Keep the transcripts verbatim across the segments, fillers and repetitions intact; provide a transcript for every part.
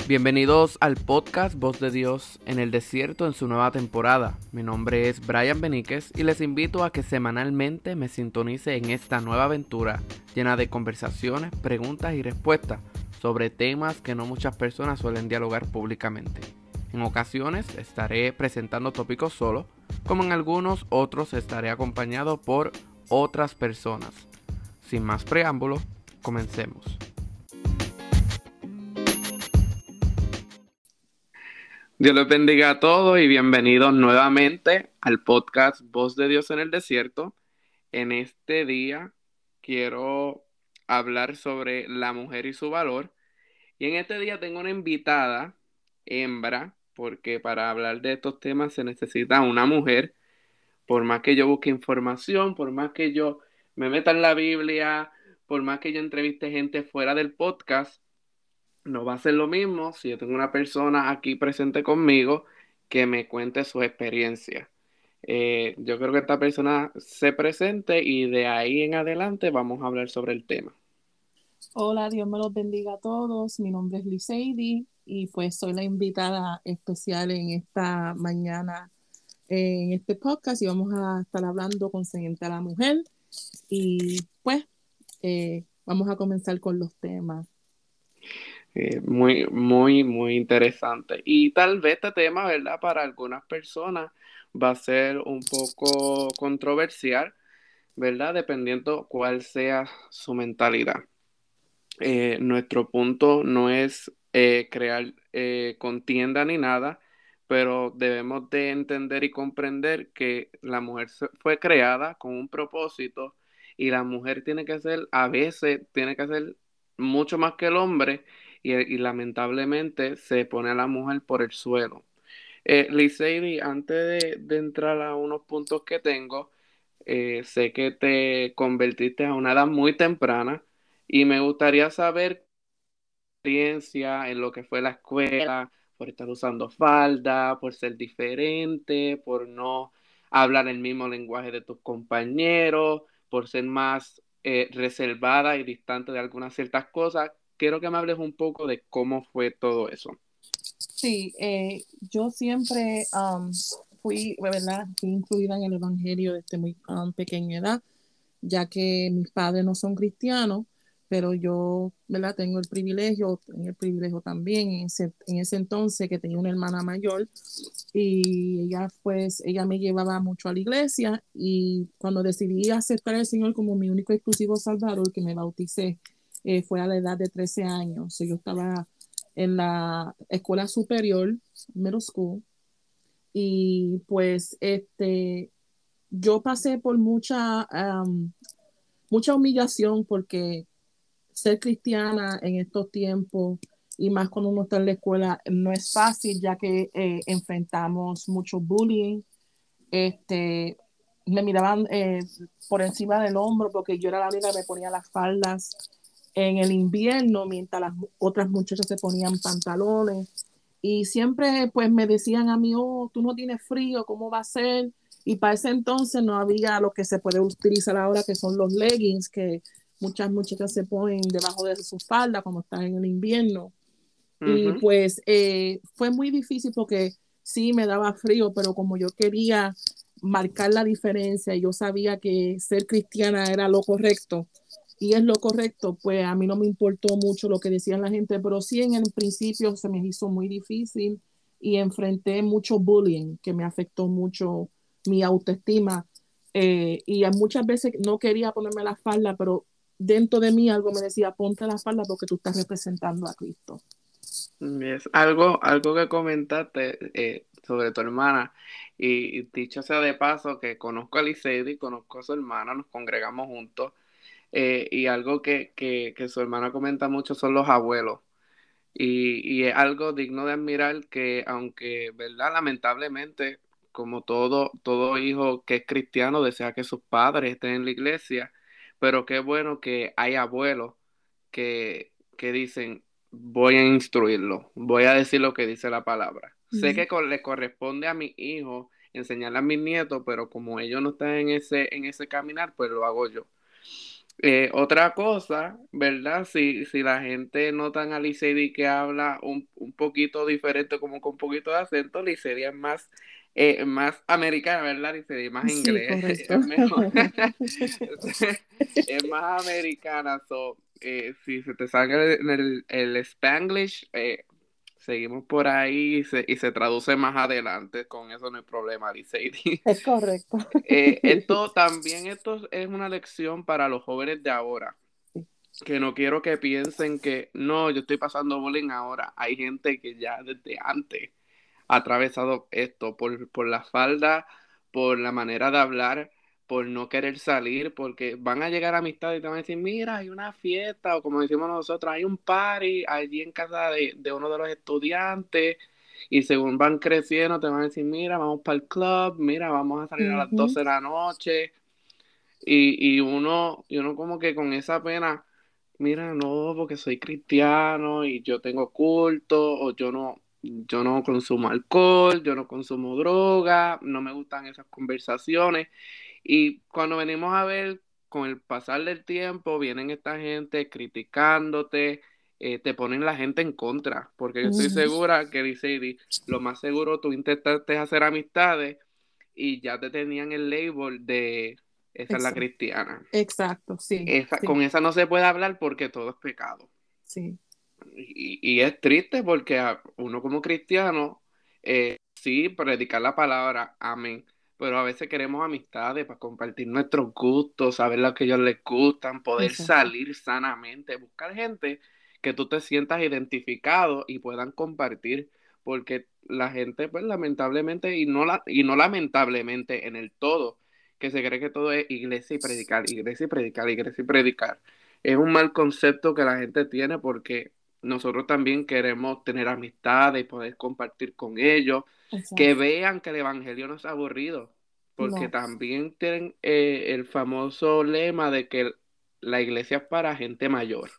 Bienvenidos al podcast Voz de Dios en el Desierto en su nueva temporada. Mi nombre es Brian Beníquez y les invito a que semanalmente me sintonice en esta nueva aventura llena de conversaciones, preguntas y respuestas sobre temas que no muchas personas suelen dialogar públicamente. En ocasiones estaré presentando tópicos solo, como en algunos otros estaré acompañado por otras personas. Sin más preámbulo, comencemos. Dios les bendiga a todos y bienvenidos nuevamente al podcast Voz de Dios en el Desierto. En este día quiero hablar sobre la mujer y su valor. Y en este día tengo una invitada, hembra, porque para hablar de estos temas se necesita una mujer. Por más que yo busque información, por más que yo me meta en la Biblia, por más que yo entreviste gente fuera del podcast, no va a ser lo mismo si yo tengo una persona aquí presente conmigo que me cuente su experiencia. Eh, yo creo que esta persona se presente y de ahí en adelante vamos a hablar sobre el tema. Hola, Dios me los bendiga a todos. Mi nombre es Liseidi y pues soy la invitada especial en esta mañana eh, en este podcast y vamos a estar hablando concerniente a la mujer y pues eh, vamos a comenzar con los temas. Eh, muy, muy, muy interesante. Y tal vez este tema, ¿verdad? Para algunas personas va a ser un poco controversial, ¿verdad? Dependiendo cuál sea su mentalidad. Eh, nuestro punto no es eh, crear eh, contienda ni nada, pero debemos de entender y comprender que la mujer se- fue creada con un propósito y la mujer tiene que ser, a veces, tiene que hacer mucho más que el hombre y, y lamentablemente se pone a la mujer por el suelo. Eh, Liseidi, antes de, de entrar a unos puntos que tengo, eh, sé que te convertiste a una edad muy temprana y me gustaría saber experiencia en lo que fue la escuela, por estar usando falda, por ser diferente, por no hablar el mismo lenguaje de tus compañeros, por ser más eh, reservada y distante de algunas ciertas cosas. Quiero que me hables un poco de cómo fue todo eso. Sí, eh, yo siempre um, fui, ¿verdad? Fui incluida en el Evangelio desde muy um, pequeña edad, ya que mis padres no son cristianos, pero yo, ¿verdad? Tengo el privilegio, tengo el privilegio también en ese, en ese entonces que tenía una hermana mayor y ella pues, ella me llevaba mucho a la iglesia y cuando decidí aceptar al Señor como mi único y exclusivo Salvador, que me bauticé, eh, fue a la edad de trece años. So, yo estaba en la escuela superior, middle school, y pues este, yo pasé por mucha, um, mucha humillación porque ser cristiana en estos tiempos y más cuando uno está en la escuela no es fácil ya que eh, enfrentamos mucho bullying. Este, me miraban eh, por encima del hombro porque yo era la única que me ponía las faldas en el invierno mientras las otras muchachas se ponían pantalones y siempre pues me decían a mí, oh, tú no tienes frío, ¿cómo va a ser? Y para ese entonces no había lo que se puede utilizar ahora, que son los leggings, que muchas muchachas se ponen debajo de su falda cuando están en el invierno. Y Ujú. pues eh, fue muy difícil porque sí me daba frío, pero como yo quería marcar la diferencia y yo sabía que ser cristiana era lo correcto y es lo correcto, pues a mí no me importó mucho lo que decían la gente, pero sí en el principio se me hizo muy difícil y enfrenté mucho bullying que me afectó mucho mi autoestima eh, y muchas veces no quería ponerme la falda, pero dentro de mí algo me decía, ponte la falda porque tú estás representando a Cristo. Es algo, algo que comentaste eh, sobre tu hermana, y, y dicho sea de paso que conozco a Liceidi, conozco a su hermana, nos congregamos juntos, eh, y algo que, que, que su hermana comenta mucho son los abuelos, y, y es algo digno de admirar que aunque, ¿verdad? Lamentablemente, como todo, todo hijo que es cristiano desea que sus padres estén en la iglesia, pero qué bueno que hay abuelos que, que dicen, voy a instruirlo, voy a decir lo que dice la palabra. Sé Mm. que co- le corresponde a mi hijo enseñarle a mis nietos, pero como ellos no están en ese, en ese caminar, pues lo hago yo. Eh, otra cosa, ¿verdad? Si, si la gente notan a Licey que habla un, un poquito diferente, como con un poquito de acento, Licey es más, eh, más americana, ¿verdad? Licey más Sí, inglés, correcto. es mejor, es más americana. So, eh, si se te sale el, el, el Spanglish, eh, seguimos por ahí y se, y se traduce más adelante, con eso no hay problema, Licey. Es correcto. Eh, esto también esto es una lección para los jóvenes de ahora, que no quiero que piensen que no, yo estoy pasando bullying ahora. Hay gente que ya desde antes ha atravesado esto por, por la falda, por la manera de hablar, por no querer salir, porque van a llegar amistades y te van a decir, mira, hay una fiesta, o como decimos nosotros, hay un party allí en casa de, de uno de los estudiantes. Y según van creciendo, te van a decir, mira, vamos para el club, mira, vamos a salir a las Ujú, doce de la noche. Y, y uno, y uno como que con esa pena, mira, no, porque soy cristiano y yo tengo culto, o yo no, yo no consumo alcohol, yo no consumo droga, no me gustan esas conversaciones. Y cuando venimos a ver, con el pasar del tiempo, vienen esta gente criticándote, eh, te ponen la gente en contra, porque yo estoy ujú. segura que dice, Idi, lo más seguro tú intentaste hacer amistades y ya te tenían el label de esa es la Exacto, cristiana. exacto, sí, Esa, sí, con esa no se puede hablar porque todo es pecado. sí, Y, y es triste porque a uno como cristiano, eh, sí, predicar la palabra, amén, pero a veces queremos amistades para compartir nuestros gustos, saber lo que a ellos les gustan, poder exacto. salir sanamente, buscar gente que tú te sientas identificado y puedan compartir, porque la gente, pues lamentablemente, y no, la, y no lamentablemente en el todo, que se cree que todo es iglesia y predicar, iglesia y predicar, iglesia y predicar. Es un mal concepto que la gente tiene porque nosotros también queremos tener amistades y poder compartir con ellos, que Exacto. vean que el evangelio no es aburrido, porque No, también tienen eh, el famoso lema de que la iglesia es para gente mayor.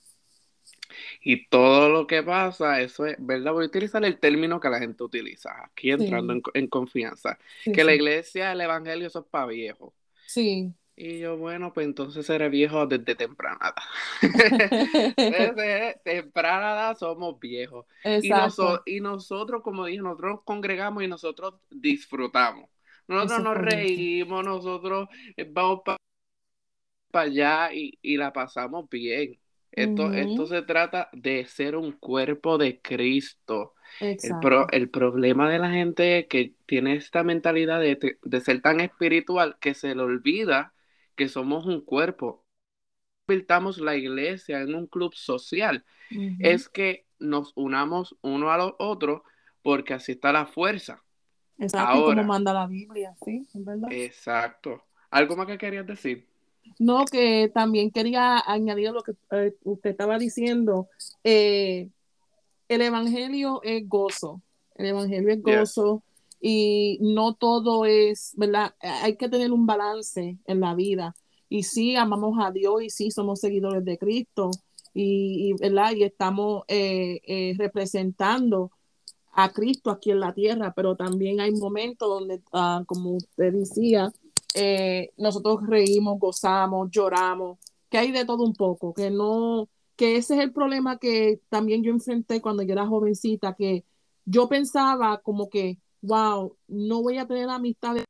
Y todo lo que pasa, eso es, ¿verdad? Voy a utilizar el término que la gente utiliza, aquí entrando sí, en, en confianza, sí, que la sí, iglesia, el evangelio, eso es para viejos. sí. Y yo, bueno, pues entonces seré viejo desde temprana edad. Desde temprana edad somos viejos. Y, Exacto, noso- y nosotros, como dije, nosotros nos congregamos y nosotros disfrutamos. Nosotros eso es nos correcto. reímos, nosotros eh, vamos para allá y, y la pasamos bien. Esto, esto Ujú, se trata de ser un cuerpo de Cristo. El, pro- exacto. el problema de la gente que tiene esta mentalidad de, de ser tan espiritual que se le olvida que somos un cuerpo. Convirtamos la iglesia en un club social. Ujú, Es que nos unamos uno a los otros porque así está la fuerza. exacto, y como Ahora, manda la Biblia, sí, es verdad. exacto. ¿Algo más que querías decir? No, que también quería añadir a lo que eh, usted estaba diciendo. eh, el Evangelio es gozo, el Evangelio es Yes. gozo y no todo es, ¿verdad? Hay que tener un balance en la vida. Y sí, amamos a Dios y sí, somos seguidores de Cristo y, y, ¿verdad? Y estamos eh, eh, representando a Cristo aquí en la tierra, pero también hay momentos donde, uh, como usted decía, eh, nosotros reímos, gozamos, lloramos, que hay de todo un poco, que no, que ese es el problema que también yo enfrenté cuando yo era jovencita, que yo pensaba como que, wow, no voy a tener amistades,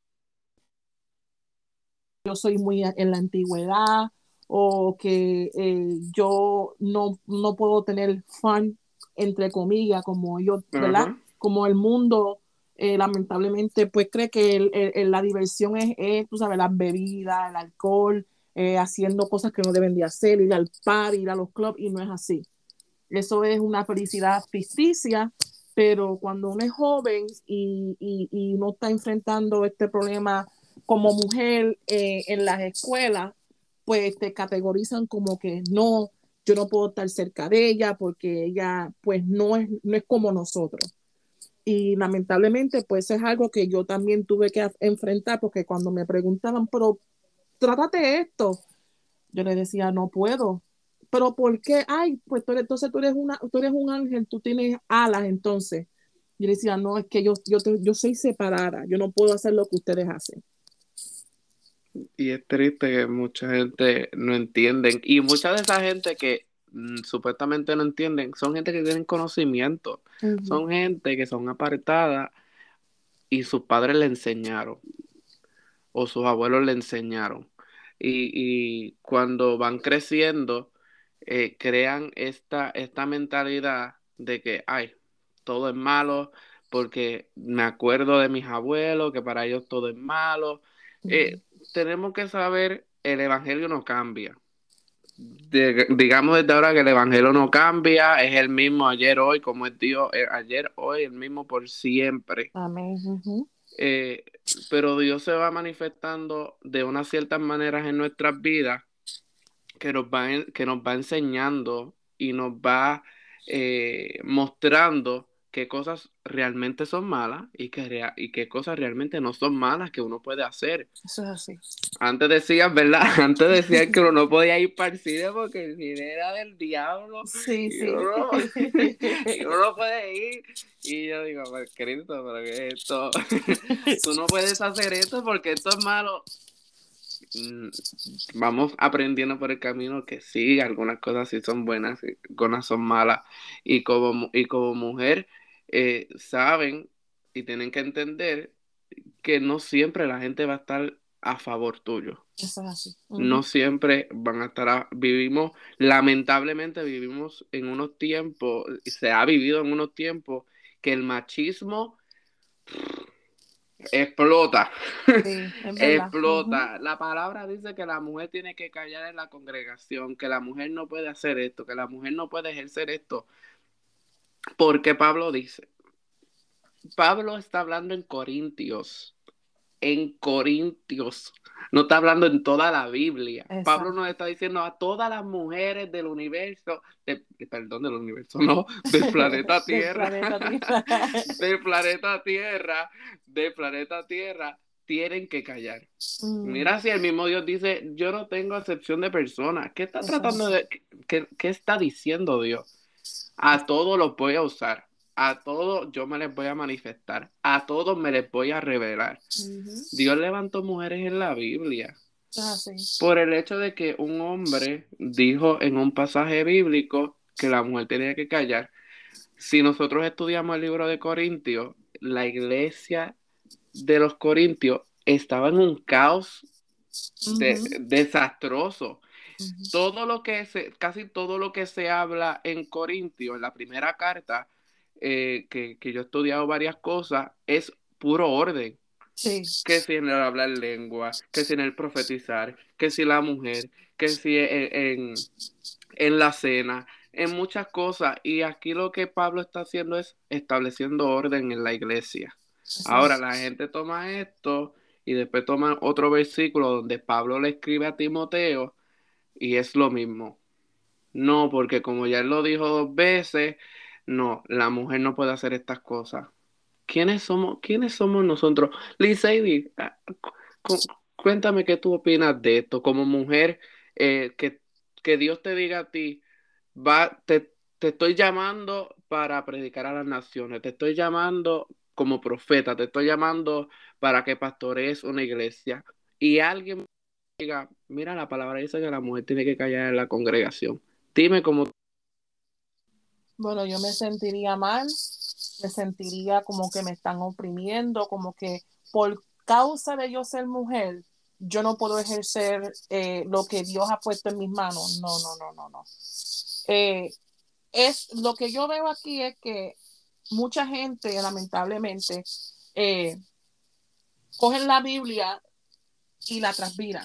yo soy muy en la antigüedad, o que eh, yo no, no puedo tener fun, entre comillas, como yo, ¿verdad? Ajá. Como el mundo, eh, lamentablemente, pues cree que el, el, la diversión es, es, tú sabes, las bebidas, el alcohol, eh, haciendo cosas que no deben de hacer, ir al par, ir a los clubs, y no es así. Eso es una felicidad ficticia, pero cuando uno es joven y, y, y no está enfrentando este problema como mujer eh, en las escuelas, pues te categorizan como que no, yo no puedo estar cerca de ella porque ella pues no es, no es como nosotros. Y lamentablemente pues es algo que yo también tuve que enfrentar porque cuando me preguntaban, pero trátate esto, yo le decía, no puedo. Pero ¿por qué? Ay, pues tú eres, entonces tú eres, una, tú eres un ángel, tú tienes alas entonces. Yo le decía, no, es que yo, yo, te- yo soy separada, yo no puedo hacer lo que ustedes hacen. Y es triste que mucha gente no entienden. Y mucha de esa gente que mm, supuestamente no entienden son gente que tienen conocimiento. Ujú, Son gente que son apartadas y sus padres le enseñaron o sus abuelos le enseñaron. Y, y cuando van creciendo, eh, crean esta, esta mentalidad de que, ay, todo es malo, porque me acuerdo de mis abuelos, que para ellos todo es malo. ujú. Eh, tenemos que saber, el evangelio no cambia. De- digamos desde ahora que el evangelio no cambia, es el mismo ayer, hoy, como es Dios, eh, ayer, hoy, el mismo por siempre. Amén. Ujú. Eh, pero Dios se va manifestando de unas ciertas maneras en nuestras vidas que nos va, en- que nos va enseñando y nos va eh, mostrando qué cosas realmente son malas y qué, rea- y qué cosas realmente no son malas que uno puede hacer. Eso es así. Antes decían, ¿verdad? Antes decían que uno no podía ir para el cine porque el cine era del diablo Sí, y sí. uno, y uno no puede ir. Y yo digo, pues Cristo, ¿pero qué es esto? Tú no puedes hacer esto porque esto es malo. Mm, Vamos aprendiendo por el camino que sí, algunas cosas sí son buenas, y algunas son malas. Y como, mu- y como mujer, eh, saben y tienen que entender que no siempre la gente va a estar a favor tuyo. Eso es así. No Ujú. siempre van a estar, a- vivimos, lamentablemente vivimos en unos tiempos, se ha vivido en unos tiempos que el machismo explota, Sí, es verdad. Ujú. explota. La palabra dice que la mujer tiene que callar en la congregación, que la mujer no puede hacer esto, que la mujer no puede ejercer esto, porque Pablo dice, Pablo está hablando en Corintios. En Corintios. No está hablando en toda la Biblia. Pablo nos Exacto. está diciendo a todas las mujeres del universo, de- perdón, del universo, no, del planeta Del Tierra, planeta Tierra. del planeta Tierra, del planeta Tierra, tienen que callar. Mm, Mira si el mismo Dios dice, yo no tengo acepción de personas. ¿Qué está eso es tratando así. de, qué, qué está diciendo Dios? A todos los voy a usar. A todos yo me les voy a manifestar. A todos me les voy a revelar. Ujú. Dios levantó mujeres en la Biblia Eso es así. por el hecho de que un hombre dijo en un pasaje bíblico que la mujer tenía que callar. Si nosotros estudiamos el libro de Corintios, la iglesia de los Corintios estaba en un caos de- Ujú, desastroso. ujú. Todo lo que se, casi todo lo que se habla en Corintios, en la primera carta, eh, que, que yo he estudiado varias cosas, es puro orden. Sí. Que si en el hablar lengua, que si en el profetizar, que si la mujer, que si en, en, en la cena, en muchas cosas. Y aquí lo que Pablo está haciendo es estableciendo orden en la iglesia. Eso Ahora es. la gente toma esto y después toma otro versículo donde Pablo le escribe a Timoteo y es lo mismo. No, porque como ya él lo dijo dos veces, no, la mujer no puede hacer estas cosas. ¿Quiénes somos, quiénes somos nosotros? Lizady, ah, cu- cuéntame qué tú opinas de esto. Como mujer, eh, que, que Dios te diga a ti, va, te, te estoy llamando para predicar a las naciones, te estoy llamando como profeta, te estoy llamando para que pastorees una iglesia. Y alguien diga, mira, la palabra dice que la mujer tiene que callar en la congregación. Dime cómo. Bueno, yo me sentiría mal, me sentiría como que me están oprimiendo, como que por causa de yo ser mujer, yo no puedo ejercer eh, lo que Dios ha puesto en mis manos. No, no, no, no, no. Eh, es lo que yo veo aquí es que mucha gente, lamentablemente, eh, cogen la Biblia y la transviran,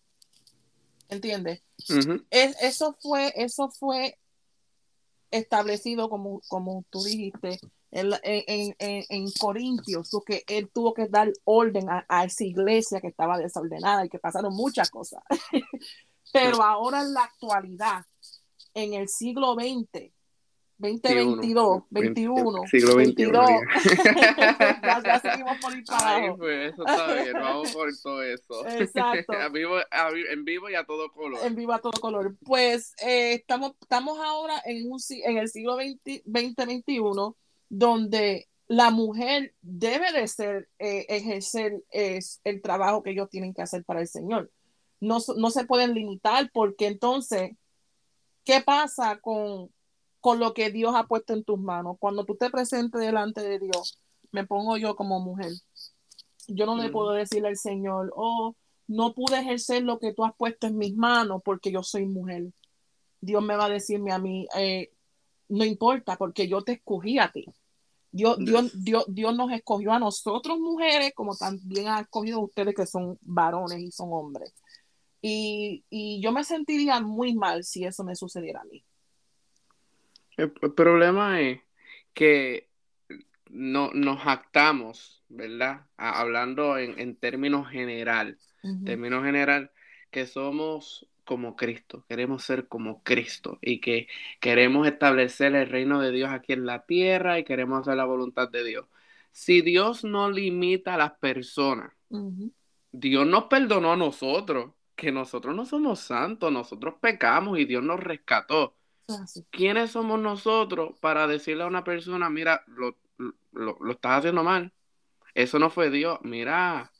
¿entiendes? Ujú, Es, eso fue, eso fue establecido, como, como tú dijiste, en, en, en, en Corintios, porque él tuvo que dar orden a, a, esa iglesia que estaba desordenada y que pasaron muchas cosas. Pero ahora en la actualidad, en el siglo veinte, veintiuno, veinte veintidós, veinte, veintiuno, siglo veintiuno veintidós, ya. ya, ya seguimos por ir para Ay, abajo. pues eso está bien, vamos por todo eso. A Exacto, vivo, a vi- en vivo y a todo color. en vivo a todo color. Pues eh, estamos, estamos ahora en, un, en el siglo veinte, veinte veintiuno, donde la mujer debe de ser, eh, ejercer es, el trabajo que ellos tienen que hacer para el Señor. No, no se pueden limitar porque entonces, ¿qué pasa con, con lo que Dios ha puesto en tus manos? Cuando tú te presentes delante de Dios, me pongo yo como mujer. Yo no le puedo Ujú. decirle al Señor, oh, no pude ejercer lo que tú has puesto en mis manos porque yo soy mujer. Dios me va a decirme a mí, eh, no importa, porque yo te escogí a ti. Dios, Dios, Yes. Dios, Dios nos escogió a nosotros mujeres, como también ha escogido a ustedes que son varones y son hombres. Y, y yo me sentiría muy mal si eso me sucediera a mí. El, el problema es que no, nos jactamos, ¿verdad? A- hablando en, en términos general, Ujú, términos general, que somos como Cristo, queremos ser como Cristo y que queremos establecer el reino de Dios aquí en la tierra y queremos hacer la voluntad de Dios. Si Dios no limita a las personas, ujú. Dios nos perdonó a nosotros, que nosotros no somos santos, nosotros pecamos y Dios nos rescató. Así. ¿Quiénes somos nosotros para decirle a una persona, mira, lo, lo, lo estás haciendo mal? Eso no fue Dios. Mira,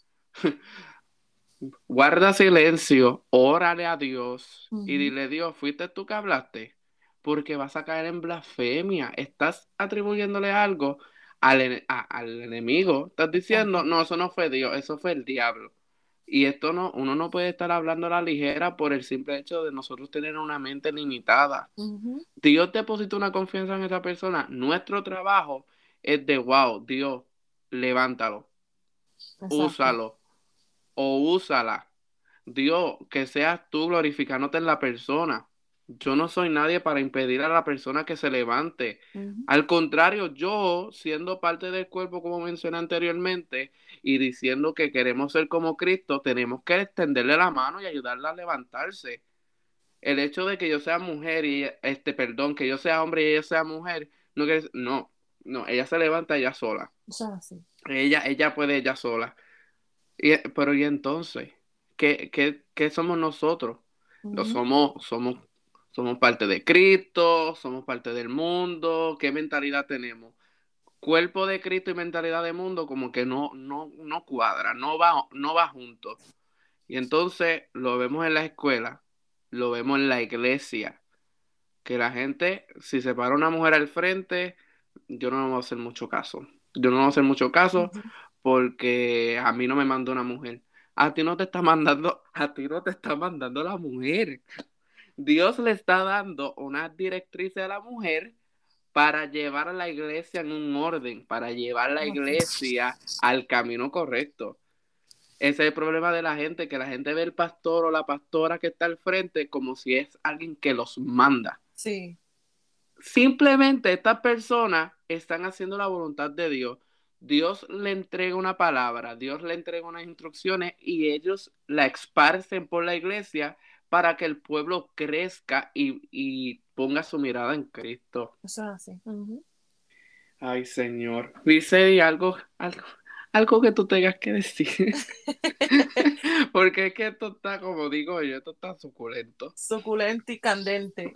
guarda silencio, órale a Dios y Ujú. dile, Dios, ¿fuiste tú que hablaste? Porque vas a caer en blasfemia. Estás atribuyéndole algo al, ene- a- al enemigo. Estás diciendo, Exacto. no, eso no fue Dios, eso fue el diablo. Y esto no, uno no puede estar hablando a la ligera por el simple hecho de nosotros tener una mente limitada. Ujú. Dios deposita una confianza en esa persona. Nuestro trabajo es de, wow, Dios, levántalo, Exacto. úsalo o úsala. Dios, que seas tú glorificándote en la persona. Yo no soy nadie para impedir a la persona que se levante. Ujú. Al contrario, yo, siendo parte del cuerpo, como mencioné anteriormente, y diciendo que queremos ser como Cristo, tenemos que extenderle la mano y ayudarla a levantarse. El hecho de que yo sea mujer y ella- este, perdón, que yo sea hombre y ella sea mujer, no quiere- no, no, ella se levanta ella sola. Eso es así. Ella, ella puede ella sola. Y, pero ¿y entonces? ¿Qué, qué, qué somos nosotros? Lo Ujú. somos, somos, somos parte de Cristo, somos parte del mundo. ¿Qué mentalidad tenemos? Cuerpo de Cristo y mentalidad de mundo como que no, no, no cuadra, no va, no va junto. Y entonces lo vemos en la escuela, lo vemos en la iglesia, que la gente, si se para una mujer al frente, yo no me voy a hacer mucho caso. Yo no me voy a hacer mucho caso Ujú. porque a mí no me mandó una mujer. A ti no te está mandando, a ti no te está mandando la mujer. Dios le está dando unas directrices a la mujer para llevar a la iglesia en un orden, para llevar la Así. iglesia al camino correcto. Ese es el problema de la gente, que la gente ve el pastor o la pastora que está al frente como si es alguien que los manda. Sí. Simplemente estas personas están haciendo la voluntad de Dios. Dios le entrega una palabra, Dios le entrega unas instrucciones y ellos la esparcen por la iglesia para que el pueblo crezca y, y ponga su mirada en Cristo. Eso es así. Ujú. Ay, Señor. Dice algo, algo, algo que tú tengas que decir. Porque es que esto está, como digo yo, esto está suculento. Suculento y candente.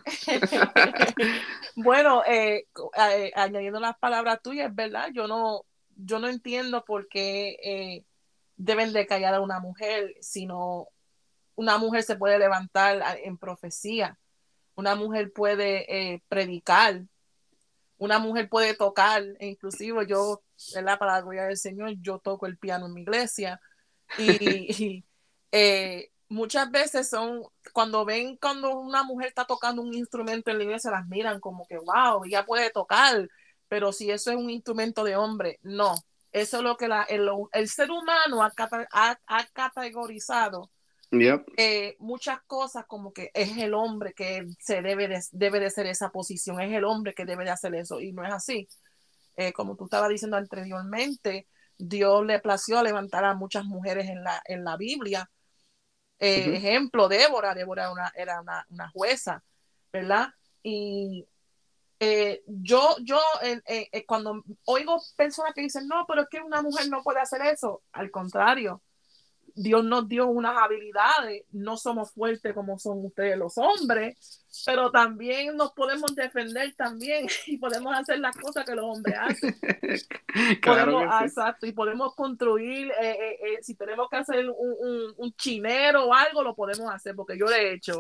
Bueno, eh, co- eh, añadiendo las palabras tuyas, ¿verdad? Yo no, yo no entiendo por qué eh, deben de callar a una mujer, sino una mujer se puede levantar a- en profecía, una mujer puede eh, predicar, una mujer puede tocar, e inclusive yo, ¿verdad? Para la gloria del Señor, yo toco el piano en mi iglesia y, y, eh, muchas veces son, cuando ven cuando una mujer está tocando un instrumento en la iglesia, las miran como que, wow, ella puede tocar, pero si eso es un instrumento de hombre, no. Eso es lo que la, el, el ser humano ha, ha, ha categorizado Yep. eh, muchas cosas como que es el hombre que se debe de, debe de ser esa posición, es el hombre que debe de hacer eso y no es así. Eh, como tú estabas diciendo anteriormente, Dios le plació levantar a muchas mujeres en la, en la Biblia. Eh, Ujú. ejemplo, Débora, Débora era una, era una, una jueza, ¿verdad? Y eh, yo, yo eh, eh, cuando oigo personas que dicen, no, pero es que una mujer no puede hacer eso, al contrario, Dios nos dio unas habilidades, no somos fuertes como son ustedes los hombres, pero también nos podemos defender también y podemos hacer las cosas que los hombres hacen. Claro Podemos, que ah, sí. exacto, y podemos construir, eh, eh, eh, si tenemos que hacer un, un, un, chinero o algo, lo podemos hacer, porque yo lo he hecho.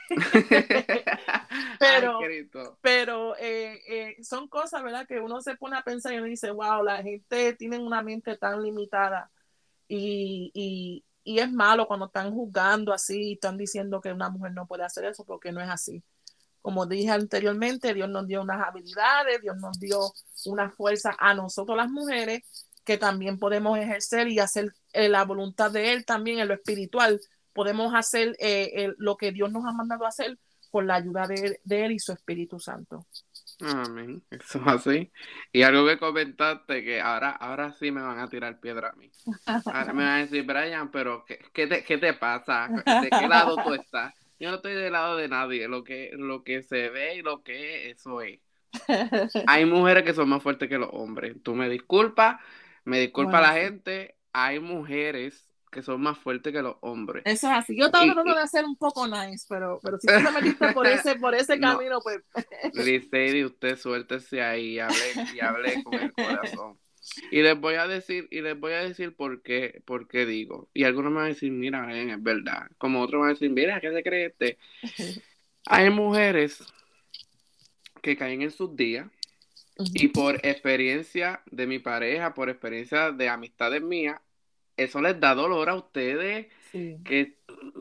Ay, pero Cristo. pero eh, eh, son cosas, ¿verdad? Que uno se pone a pensar y uno dice, wow, la gente tiene una mente tan limitada y, y, y es malo cuando están juzgando así, están diciendo que una mujer no puede hacer eso porque no es así. Como dije anteriormente, Dios nos dio unas habilidades, Dios nos dio una fuerza a nosotros las mujeres que también podemos ejercer y hacer eh, la voluntad de Él también en lo espiritual. Podemos hacer eh, eh, lo que Dios nos ha mandado a hacer con la ayuda de, de Él y su Espíritu Santo. Amén. Eso es así. Y algo que comentaste, que ahora, ahora sí me van a tirar piedra a mí. Ahora me van a decir, Brian, pero ¿qué, qué te, qué te pasa? ¿De qué lado tú estás? Yo no estoy del lado de nadie. Lo que, lo que se ve y lo que es, eso es. Hay mujeres que son más fuertes que los hombres. Tú me disculpas, me disculpa Bueno, la sí. gente. Hay mujeres que son más fuertes que los hombres. Eso es así. Yo estaba Y, tratando de y... hacer un poco nice, pero, pero si tú te metiste por ese, por ese No, camino, pues. Liceidi, usted suéltese ahí y hable, y hable con el corazón. Y les voy a decir, y les voy a decir por qué, por qué digo. Y algunos me van a decir, mira, ven, es verdad. Como otros me van a decir, mira, ¿qué se cree este? Hay mujeres que caen en sus días y por experiencia de mi pareja, por experiencia de amistades mías, eso les da dolor a ustedes Sí. que,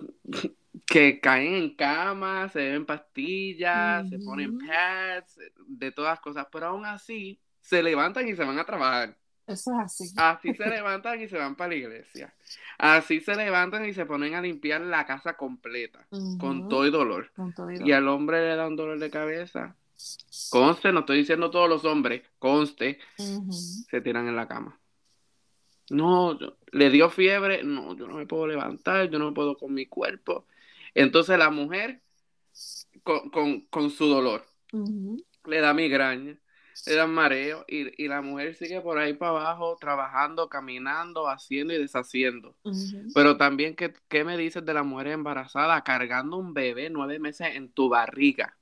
que caen en cama, se beben pastillas, se ponen Uh-huh. pads, de todas cosas, pero aún así se levantan y se van a trabajar. Eso es así. Así se levantan y se van para la iglesia. Así se levantan y se ponen a limpiar la casa completa, con Uh-huh. todo y dolor. Con todo y Y dolor. al hombre le da un dolor de cabeza. Conste, no estoy diciendo todos los hombres, conste, Uh-huh. se tiran en la cama. No, yo- le dio fiebre, no, yo no me puedo levantar, yo no puedo con mi cuerpo. Entonces la mujer, con, con, con su dolor, Uh-huh. le da migraña, le da mareo y, y la mujer sigue por ahí para abajo trabajando, caminando, haciendo y deshaciendo. Uh-huh. Pero también, ¿qué, qué me dices de la mujer embarazada cargando un bebé nueve meses en tu barriga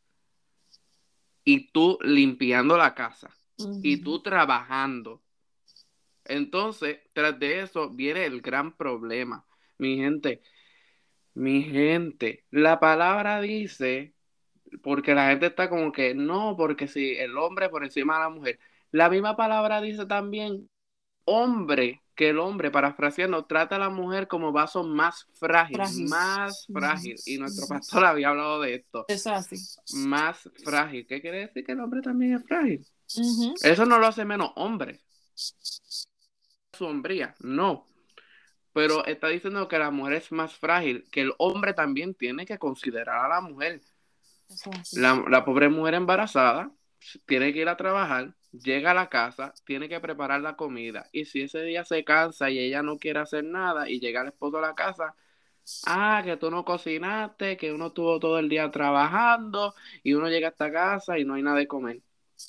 y tú limpiando la casa y Uh-huh. tú trabajando? Entonces, tras de eso viene el gran problema. Mi gente, mi gente, la palabra dice, porque la gente está como que no, porque si el hombre por encima de la mujer. La misma palabra dice también hombre, que el hombre, parafraseando, trata a la mujer como vaso más frágil, Frágil. más Uh-huh. frágil. Y nuestro Uh-huh. pastor había hablado de esto, Eso es así. más frágil. ¿Qué quiere decir? Que el hombre también es frágil. Uh-huh. Eso no lo hace menos hombre, su hombría, no. Pero está diciendo que la mujer es más frágil, que el hombre también tiene que considerar a la mujer. Eso es así. La, la pobre mujer embarazada tiene que ir a trabajar, llega a la casa, tiene que preparar la comida. Y si ese día se cansa y ella no quiere hacer nada y llega el esposo a la casa, ah, que tú no cocinaste, que uno estuvo todo el día trabajando y uno llega a esta casa y no hay nada de comer.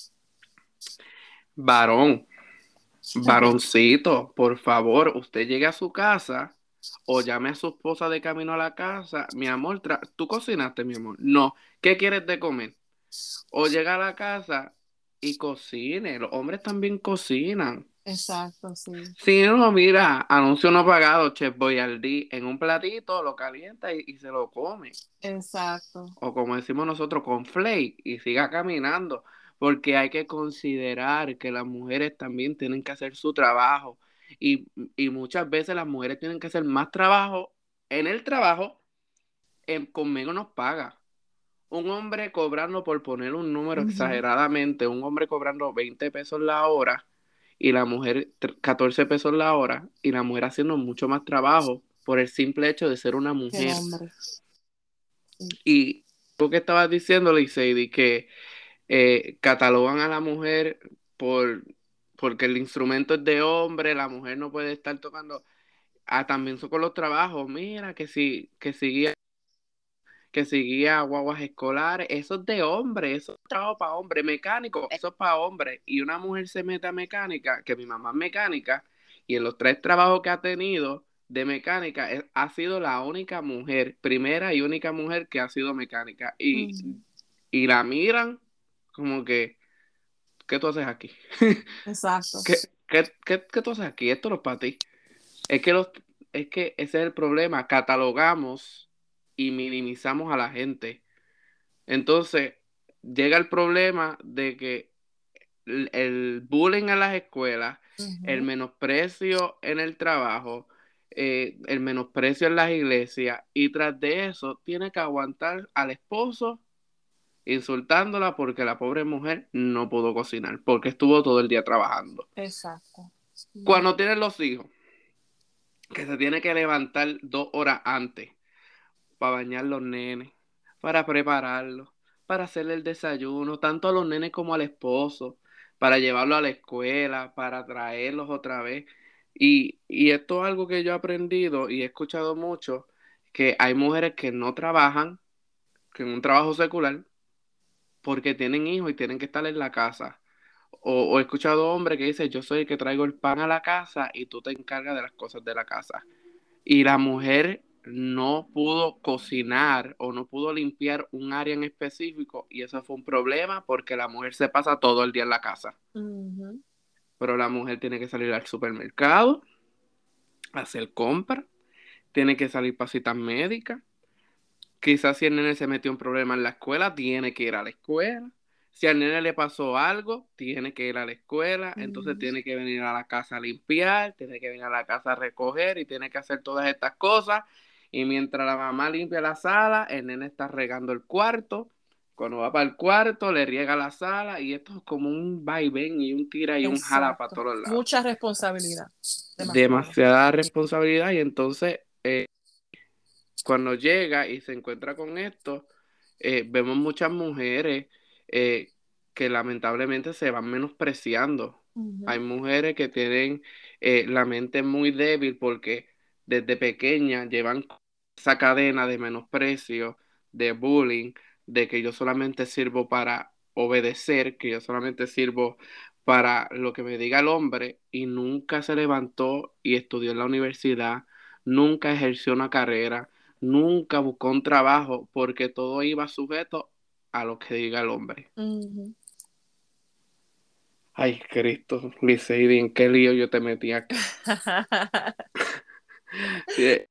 Varón, varoncito, por favor, usted llegue a su casa o llame a su esposa de camino a la casa. Mi amor, tra- ¿tú cocinaste, mi amor? No. ¿Qué quieres de comer? O llega a la casa y cocine. Los hombres también cocinan. Exacto, sí. Si no, mira, anuncio no pagado, Chef Boyardee, en un platito, lo calienta y, y se lo come. Exacto. O como decimos nosotros, con flake y siga caminando. Porque hay que considerar que las mujeres también tienen que hacer su trabajo. Y, y muchas veces las mujeres tienen que hacer más trabajo en el trabajo en, con menos paga. Un hombre cobrando, por poner un número Uh-huh. exageradamente, un hombre cobrando veinte pesos la hora y la mujer tr- catorce pesos la hora y la mujer haciendo mucho más trabajo por el simple hecho de ser una Que el mujer. hombre. Sí. Y tú que estabas diciendo, Liceidi, que eh, catalogan a la mujer por porque el instrumento es de hombre, la mujer no puede estar tocando. Ah, también son con los trabajos. Mira, que si, que si que seguía guaguas escolares, eso es de hombre, eso es trabajo para hombre, mecánico, eso es para hombre. Y una mujer se mete a mecánica, que mi mamá es mecánica, y en los tres trabajos que ha tenido, de mecánica es- ha sido la única mujer, primera y única mujer que ha sido mecánica. Y, Mm, y la miran como que, ¿qué tú haces aquí? exacto. ¿Qué, qué, qué, qué tú haces aquí? Esto no es para ti. Es que, los, es que ese es el problema. Catalogamos y minimizamos a la gente. Entonces, llega el problema de que el, el bullying en las escuelas, el Ujú, menosprecio en el trabajo, eh, el menosprecio en las iglesias, y tras de eso tiene que aguantar al esposo insultándola porque la pobre mujer no pudo cocinar, porque estuvo todo el día trabajando. exacto. Mm, Cuando tienen los hijos, que se tiene que levantar dos horas antes para bañar los nenes, para prepararlos, para hacerle el desayuno, tanto a los nenes como al esposo, para llevarlo a la escuela, para traerlos otra vez. Y, y esto es algo que yo he aprendido y he escuchado mucho, que hay mujeres que no trabajan, que en un trabajo secular, porque tienen hijos y tienen que estar en la casa. O, o he escuchado hombres que dicen, yo soy el que traigo el pan a la casa y tú te encargas de las cosas de la casa. Y la mujer no pudo cocinar o no pudo limpiar un área en específico y eso fue un problema porque la mujer se pasa todo el día en la casa. ujú, Pero la mujer tiene que salir al supermercado, hacer compras, tiene que salir para citas médicas. Quizás si el nene se metió en problema en la escuela, tiene que ir a la escuela. Si al nene le pasó algo, tiene que ir a la escuela. Entonces ujú. tiene que venir a la casa a limpiar, tiene que venir a la casa a recoger y tiene que hacer todas estas cosas. Y mientras la mamá limpia la sala, el nene está regando el cuarto. Cuando va para el cuarto, le riega la sala. Y esto es como un vaivén y un tira y un jala para Exacto. todos lados. Mucha responsabilidad. Demasiada. Demasiada responsabilidad. Y entonces eh, cuando llega y se encuentra con esto, eh, vemos muchas mujeres eh, que lamentablemente se van menospreciando. Hay Ujú, mujeres que tienen eh, la mente muy débil porque desde pequeña llevan esa cadena de menosprecio, de bullying, de que yo solamente sirvo para obedecer, que yo solamente sirvo para lo que me diga el hombre y nunca se levantó y estudió en la universidad, nunca ejerció una carrera, nunca buscó un trabajo porque todo iba sujeto a lo que diga el hombre. ujú. Ay, Cristo, Liceidi, ¿en qué lío yo te metí aquí? Sí.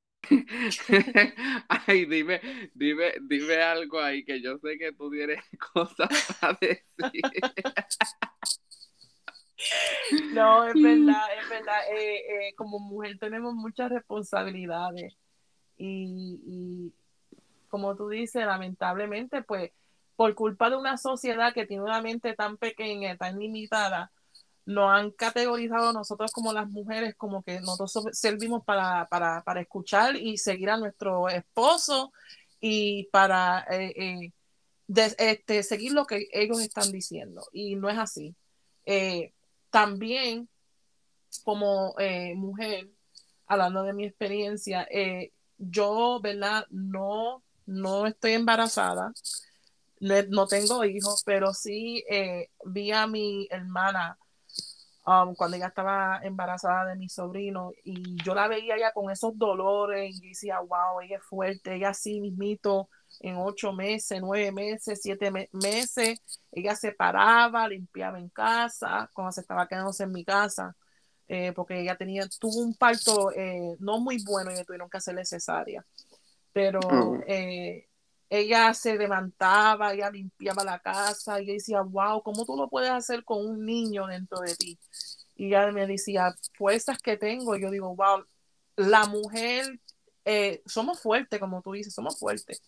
Ay, dime, dime, dime algo ahí que yo sé que tú tienes cosas para decir. No, es verdad, es verdad. Eh, eh, como mujer tenemos muchas responsabilidades y, y como tú dices, lamentablemente, pues por culpa de una sociedad que tiene una mente tan pequeña, tan limitada, nos han categorizado a nosotros como las mujeres, como que nosotros servimos para, para, para escuchar y seguir a nuestro esposo y para eh, eh, de, este, seguir lo que ellos están diciendo. Y no es así. Eh, también como eh, mujer, hablando de mi experiencia, eh, yo, ¿verdad? No, no estoy embarazada, no, no tengo hijos, pero sí eh, vi a mi hermana um, cuando ella estaba embarazada de mi sobrino y yo la veía ya con esos dolores y decía, wow, ella es fuerte, ella sí mismito en ocho meses, nueve meses, siete me meses, ella se paraba, limpiaba en casa, cuando se estaba quedándose en mi casa, eh, porque ella tenía, tuvo un parto eh, no muy bueno y le tuvieron que hacerle cesárea, pero Oh, eh, ella se levantaba, ella limpiaba la casa y ella decía, wow, ¿cómo tú lo puedes hacer con un niño dentro de ti? Y ella me decía, fuerzas que tengo, y yo digo, wow, la mujer, eh, somos fuertes, como tú dices, somos fuertes.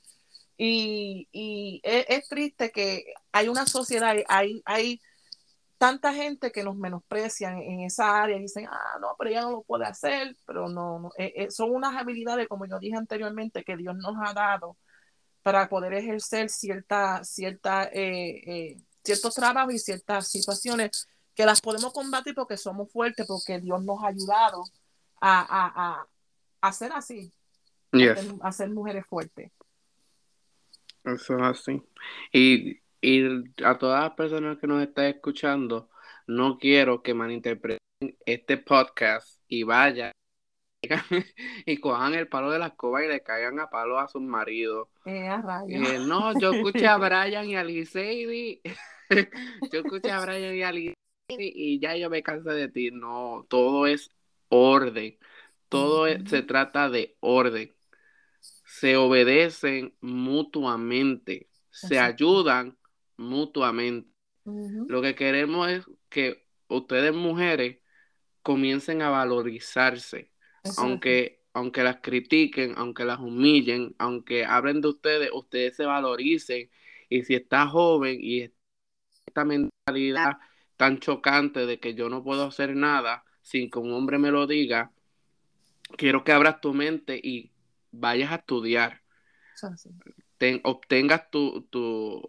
Y, y es, es, triste que hay una sociedad, hay, hay tanta gente que nos menosprecian en esa área y dicen, ah, no, pero ella no lo puede hacer, pero no, no eh, eh, son unas habilidades, como yo dije anteriormente, que Dios nos ha dado para poder ejercer cierta, cierta, eh, eh, ciertos trabajos y ciertas situaciones que las podemos combatir porque somos fuertes, porque Dios nos ha ayudado a, a, a, a ser así, a ser, yes, a ser mujeres fuertes. eso es así. Y, y a todas las personas que nos están escuchando, no quiero que malinterpreten este podcast y vayan y cojan el palo de la escoba y le caigan a palo a sus maridos. Eh, a rayos. Eh, no, yo escuché a Brian y a Liseidi. Yo escuché a Brian y a Liseidi y ya yo me cansé de ti. No, todo es orden. Todo es- se Ujú, trata de orden. Se obedecen mutuamente. Se exacto. ayudan mutuamente. Ujú, Lo que queremos es que ustedes mujeres comiencen a valorizarse, exacto. aunque, aunque las critiquen, aunque las humillen, aunque hablen de ustedes, ustedes se valoricen. Y si está joven y esta mentalidad tan chocante de que yo no puedo hacer nada sin que un hombre me lo diga, quiero que abras tu mente y vayas a estudiar, Eso así. ten, obtengas tu, tu,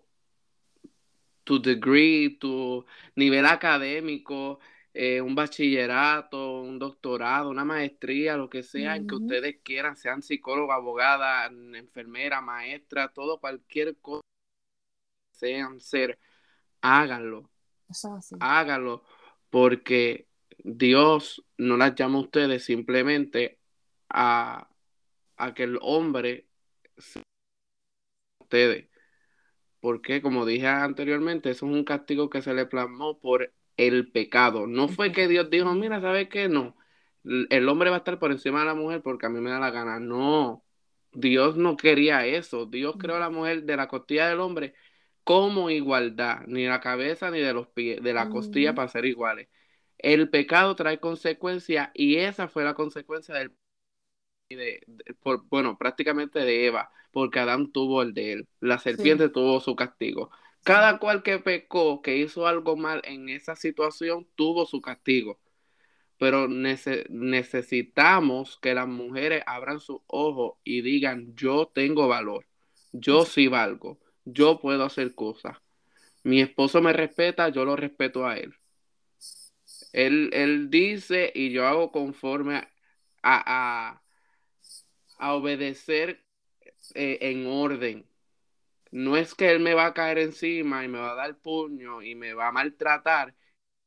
tu degree, tu nivel académico, eh, un bachillerato, un doctorado, una maestría, lo que sea en que Ujú, ustedes quieran, sean psicóloga, abogada, enfermera, maestra, todo, cualquier cosa que sean ser, háganlo, eso así. háganlo, porque Dios no las llama a ustedes simplemente a, a que el hombre sea ustedes. Porque, como dije anteriormente, eso es un castigo que se le plasmó por el pecado. No El fue que pecado. Dios dijo, Ujú, mira, ¿sabes qué? No, el hombre va a estar por encima de la mujer porque a mí me da la gana. No, Dios no quería eso. Dios creó a la mujer de la costilla del hombre como igualdad, ni la cabeza ni de los pies, de la costilla ujú, para ser iguales. El pecado trae consecuencias y esa fue la consecuencia del de, de- por, bueno, prácticamente de Eva, porque Adán tuvo el de él, la sí, serpiente tuvo su castigo. sí. Cada cual que pecó, que hizo algo mal en esa situación, tuvo su castigo. Pero nece- necesitamos que las mujeres abran sus ojos y digan, yo tengo valor, yo Eso. sí valgo, yo puedo hacer cosas. Mi esposo me respeta, yo lo respeto a él. Él, él dice y yo hago conforme a, a, a obedecer eh, en orden. No es que él me va a caer encima y me va a dar puño y me va a maltratar.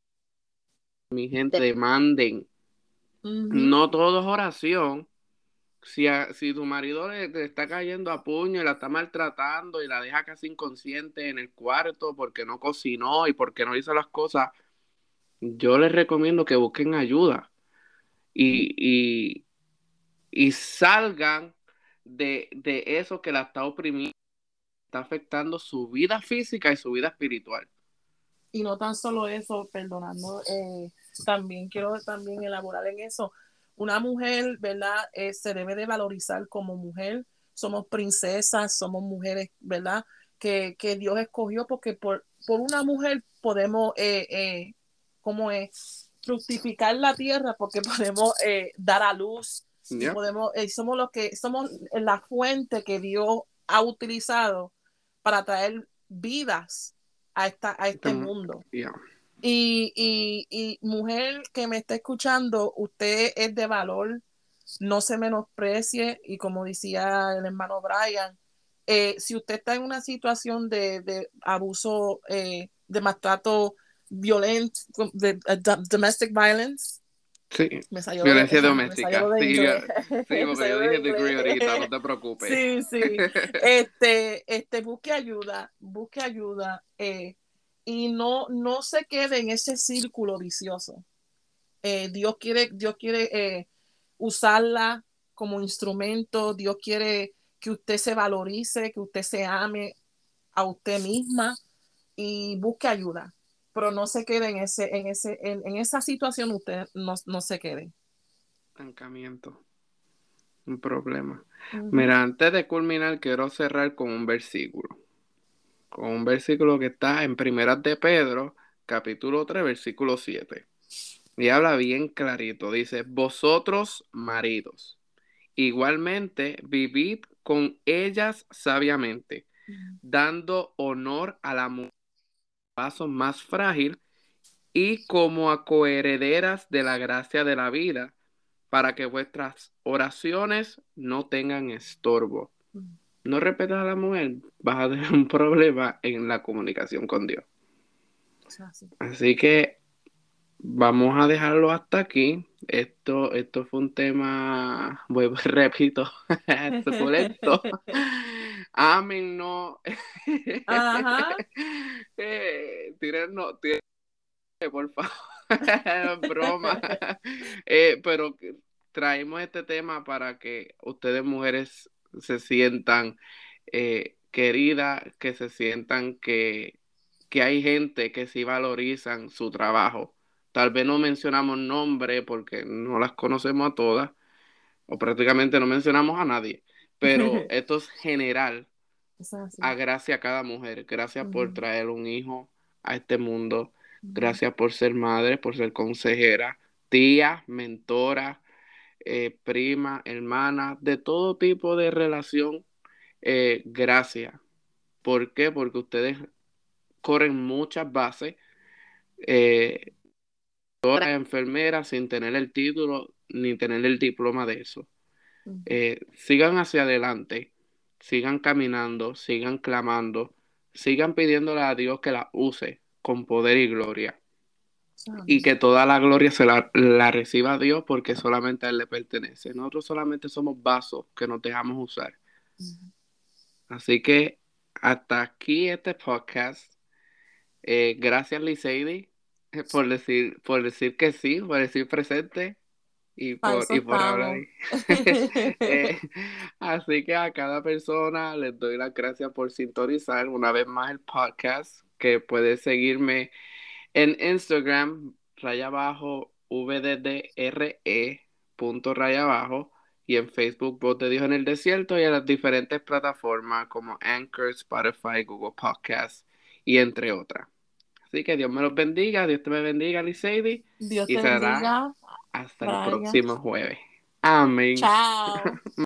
Mi gente, demanden. Ujú, No todo es oración. Si, a- si tu marido le, le está cayendo a puño y la está maltratando y la deja casi inconsciente en el cuarto porque no cocinó y porque no hizo las cosas, yo les recomiendo que busquen ayuda y, y, y salgan de, de eso que la está oprimiendo, está afectando su vida física y su vida espiritual. y no tan solo eso, perdonando, eh, también quiero también elaborar en eso. Una mujer, ¿verdad? Eh, se debe de valorizar como mujer. Somos princesas, somos mujeres, ¿verdad? Que, que Dios escogió porque por, por una mujer podemos, eh, eh, ¿cómo es? Fructificar la tierra porque podemos eh, dar a luz y ¿Ya? podemos, eh, somos los que, somos la fuente que Dios ha utilizado para traer vidas a, esta, a este Estamos- mundo. ya. Y, y, y mujer que me está escuchando, usted es de valor, no se menosprecie y como decía el hermano Brian, eh, si usted está en una situación de, de abuso, eh, de maltrato violento, de, de, domestic violence, Sí, me salió lo de, violencia me salió lo doméstica. de Sí, yo- inglés, sí, me porque yo salió lo de dije degree ahorita, inglés. no te preocupes. Sí, sí. Este, este, busque ayuda, busque ayuda eh, y no, no se quede en ese círculo vicioso. Eh, Dios quiere, Dios quiere eh, usarla como instrumento, Dios quiere que usted se valorice, que usted se ame a usted misma y busque ayuda. Pero no se quede en, ese, en, ese, en, en esa situación, usted no, no se quede. Estancamiento, un problema. Uh -huh. Mira, antes de culminar, quiero cerrar con un versículo. Con un versículo que está en Primeras de Pedro, capítulo tres, versículo siete. Y habla bien clarito. Dice, vosotros maridos, igualmente vivid con ellas sabiamente, dando honor a la mujer, paso más frágil, y como a coherederas de la gracia de la vida, para que vuestras oraciones no tengan estorbo. No respetas a la mujer, vas a tener un problema en la comunicación con Dios. O sea, sí. Así que vamos a dejarlo hasta aquí. Esto, esto fue un tema, vuelvo y repito, suculento. Amén, no. Ajá. eh, tírennos, tírennos, por favor. Broma. Eh, pero traemos este tema para que ustedes mujeres se sientan eh, queridas, que se sientan que, que hay gente que sí valorizan su trabajo. Tal vez no mencionamos nombre porque no las conocemos a todas, o prácticamente no mencionamos a nadie, pero esto es general, Eso es así. a gracias a cada mujer. Gracias por Ujú, traer un hijo a este mundo. ujú. Gracias por ser madre, por ser consejera, tía, mentora, eh, prima, hermana, de todo tipo de relación. Eh, gracias. ¿Por qué? Porque ustedes corren muchas bases. Eh, Todas enfermeras sin tener el título ni tener el diploma de eso. Ujú. Eh, sigan hacia adelante, sigan caminando, sigan clamando, sigan pidiéndole a Dios que la use con poder y gloria. Y Amén. que toda la gloria se la, la reciba Dios porque solamente a Él le pertenece. Nosotros solamente somos vasos que nos dejamos usar. Ujú. Así que hasta aquí este podcast. Eh, gracias, Liseidi, por decir, por decir que sí, por decir presente. y Para por, eso y por hablar. estamos. Eh, así que a cada persona les doy las gracias por sintonizar una vez más el podcast, que puedes seguirme en Instagram, raya abajo, V D D R E, punto raya abajo, y en Facebook, Voz de Dios en el Desierto, y en las diferentes plataformas como Anchor, Spotify, Google Podcasts, y entre otras. Así que Dios me los bendiga, Dios te me bendiga, Liseidi, Dios y te será bendiga, hasta el Brian. próximo jueves. Amén. Chao.